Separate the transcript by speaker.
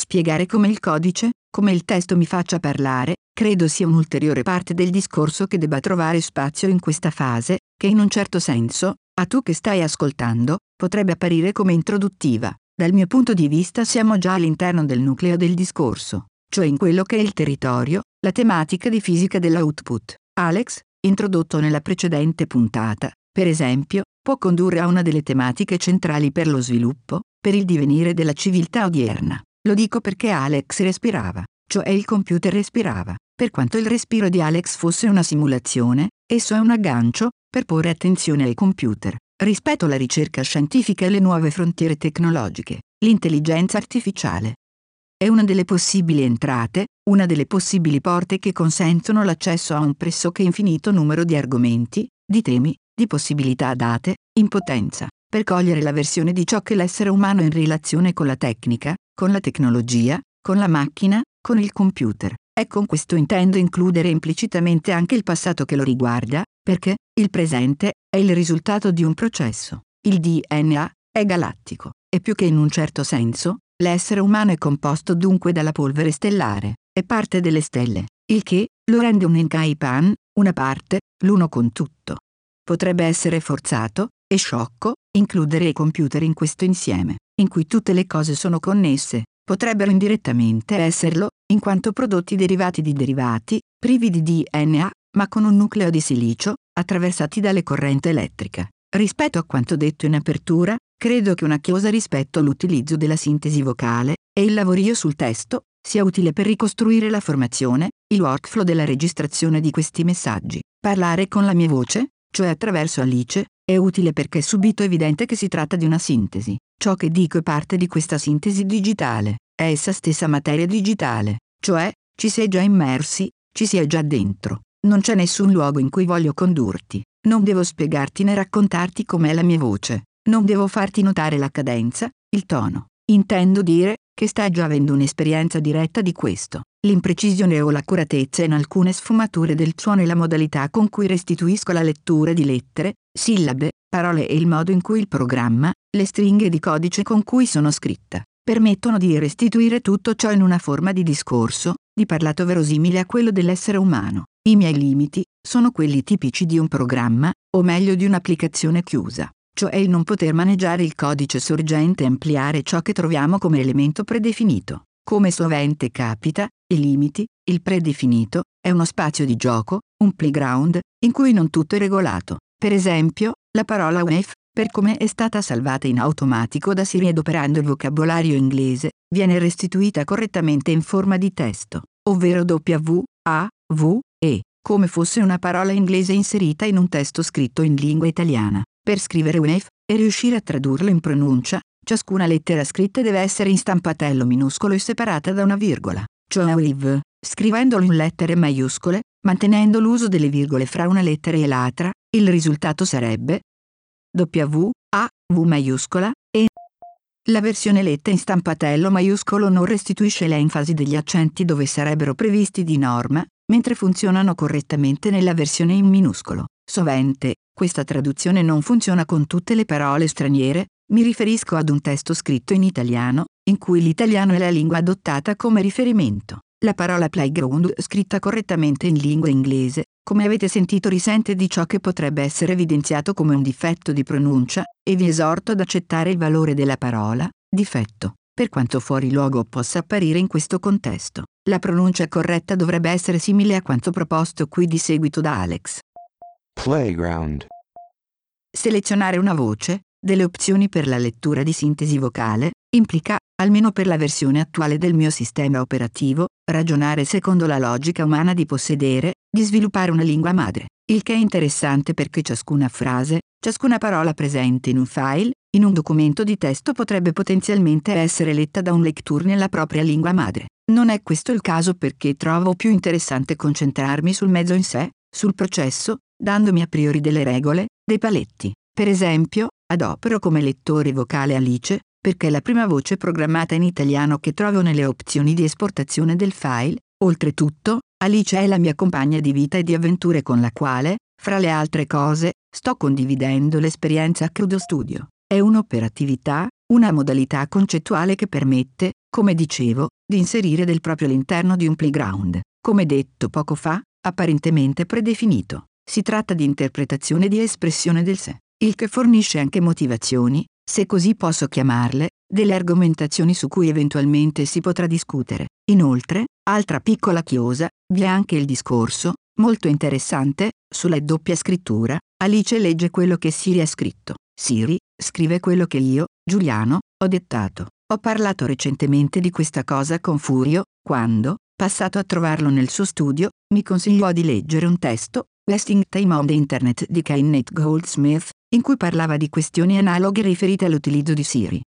Speaker 1: Spiegare come il codice, come il testo mi faccia parlare, credo sia un'ulteriore parte del discorso che debba trovare spazio in questa fase, che in un certo senso, a tu che stai ascoltando, potrebbe apparire come introduttiva. Dal mio punto di vista siamo già all'interno del nucleo del discorso, cioè in quello che è il territorio, la tematica di fisica dell'output. Alex, introdotto nella precedente puntata, per esempio, può condurre a una delle tematiche centrali per lo sviluppo, per il divenire della civiltà odierna. Lo dico perché Alex respirava, cioè il computer respirava. Per quanto il respiro di Alex fosse una simulazione, esso è un aggancio per porre attenzione ai computer, rispetto alla ricerca scientifica e le nuove frontiere tecnologiche. L'intelligenza artificiale è una delle possibili entrate, una delle possibili porte che consentono l'accesso a un pressoché infinito numero di argomenti, di temi, di possibilità date, in potenza, per cogliere la versione di ciò che l'essere umano è in relazione con la tecnica, con la tecnologia, con la macchina, con il computer. E con questo intendo includere implicitamente anche il passato che lo riguarda, perché il presente è il risultato di un processo. Il DNA è galattico, e più che in un certo senso, l'essere umano è composto dunque dalla polvere stellare, è parte delle stelle, il che lo rende un Enkaipan, una parte, l'uno con tutto. Potrebbe essere forzato e sciocco includere i computer in questo insieme, in cui tutte le cose sono connesse. Potrebbero indirettamente esserlo, in quanto prodotti derivati di derivati, privi di DNA, ma con un nucleo di silicio, attraversati dalle corrente elettrica. Rispetto a quanto detto in apertura, credo che una chiosa rispetto all'utilizzo della sintesi vocale e il lavorio sul testo sia utile per ricostruire la formazione, il workflow della registrazione di questi messaggi. Parlare con la mia voce, cioè attraverso Alice, è utile perché è subito evidente che si tratta di una sintesi. Ciò che dico è parte di questa sintesi digitale, è essa stessa materia digitale, cioè, ci si è già immersi, ci si è già dentro. Non c'è nessun luogo in cui voglio condurti, non devo spiegarti né raccontarti com'è la mia voce, non devo farti notare la cadenza, il tono. Intendo dire che stai già avendo un'esperienza diretta di questo. L'imprecisione o l'accuratezza in alcune sfumature del suono e la modalità con cui restituisco la lettura di lettere, sillabe, parole e il modo in cui il programma, le stringhe di codice con cui sono scritta, permettono di restituire tutto ciò in una forma di discorso, di parlato verosimile a quello dell'essere umano. I miei limiti sono quelli tipici di un programma, o meglio di un'applicazione chiusa, cioè il non poter maneggiare il codice sorgente e ampliare ciò che troviamo come elemento predefinito. Come sovente capita, i limiti, il predefinito, è uno spazio di gioco, un playground, in cui non tutto è regolato. Per esempio, la parola wave, per come è stata salvata in automatico da Siri ed operando il vocabolario inglese, viene restituita correttamente in forma di testo, ovvero W-A-V-E, come fosse una parola inglese inserita in un testo scritto in lingua italiana. Per scrivere wave, e riuscire a tradurlo in pronuncia, ciascuna lettera scritta deve essere in stampatello minuscolo e separata da una virgola, cioè wave, scrivendolo in lettere maiuscole, mantenendo l'uso delle virgole fra una lettera e l'altra, il risultato sarebbe W-A-V maiuscola, e la versione letta in stampatello maiuscolo non restituisce l'enfasi degli accenti dove sarebbero previsti di norma, mentre funzionano correttamente nella versione in minuscolo. Sovente, questa traduzione non funziona con tutte le parole straniere, mi riferisco ad un testo scritto in italiano, in cui l'italiano è la lingua adottata come riferimento. La parola playground scritta correttamente in lingua inglese, come avete sentito, risente di ciò che potrebbe essere evidenziato come un difetto di pronuncia, e vi esorto ad accettare il valore della parola difetto, per quanto fuori luogo possa apparire in questo contesto. La pronuncia corretta dovrebbe essere simile a quanto proposto qui di seguito da Alex.
Speaker 2: Playground.
Speaker 1: Selezionare una voce, delle opzioni per la lettura di sintesi vocale, implica, almeno per la versione attuale del mio sistema operativo, ragionare secondo la logica umana di possedere, di sviluppare una lingua madre, il che è interessante perché ciascuna frase, ciascuna parola presente in un file, in un documento di testo potrebbe potenzialmente essere letta da un lecture nella propria lingua madre. Non è questo il caso perché trovo più interessante concentrarmi sul mezzo in sé, sul processo, dandomi a priori delle regole, dei paletti. Per esempio, adopero come lettore vocale Alice, perché è la prima voce programmata in italiano che trovo nelle opzioni di esportazione del file. Oltretutto, Alice è la mia compagna di vita e di avventure con la quale, fra le altre cose, sto condividendo l'esperienza Crudo Studio. È un'operatività, una modalità concettuale che permette, come dicevo, di inserire del proprio all'interno di un playground, come detto poco fa, apparentemente predefinito. Si tratta di interpretazione di espressione del sé, il che fornisce anche motivazioni, se così posso chiamarle, delle argomentazioni su cui eventualmente si potrà discutere. Inoltre, altra piccola chiosa, vi è anche il discorso, molto interessante, sulla doppia scrittura. Alice legge quello che Siri ha scritto. Siri scrive quello che io, Giuliano, ho dettato. Ho parlato recentemente di questa cosa con Furio, quando, passato a trovarlo nel suo studio, mi consigliò di leggere un testo, Wasting Time on the Internet di Kenneth Goldsmith, in cui parlava di questioni analoghe riferite all'utilizzo di Siri.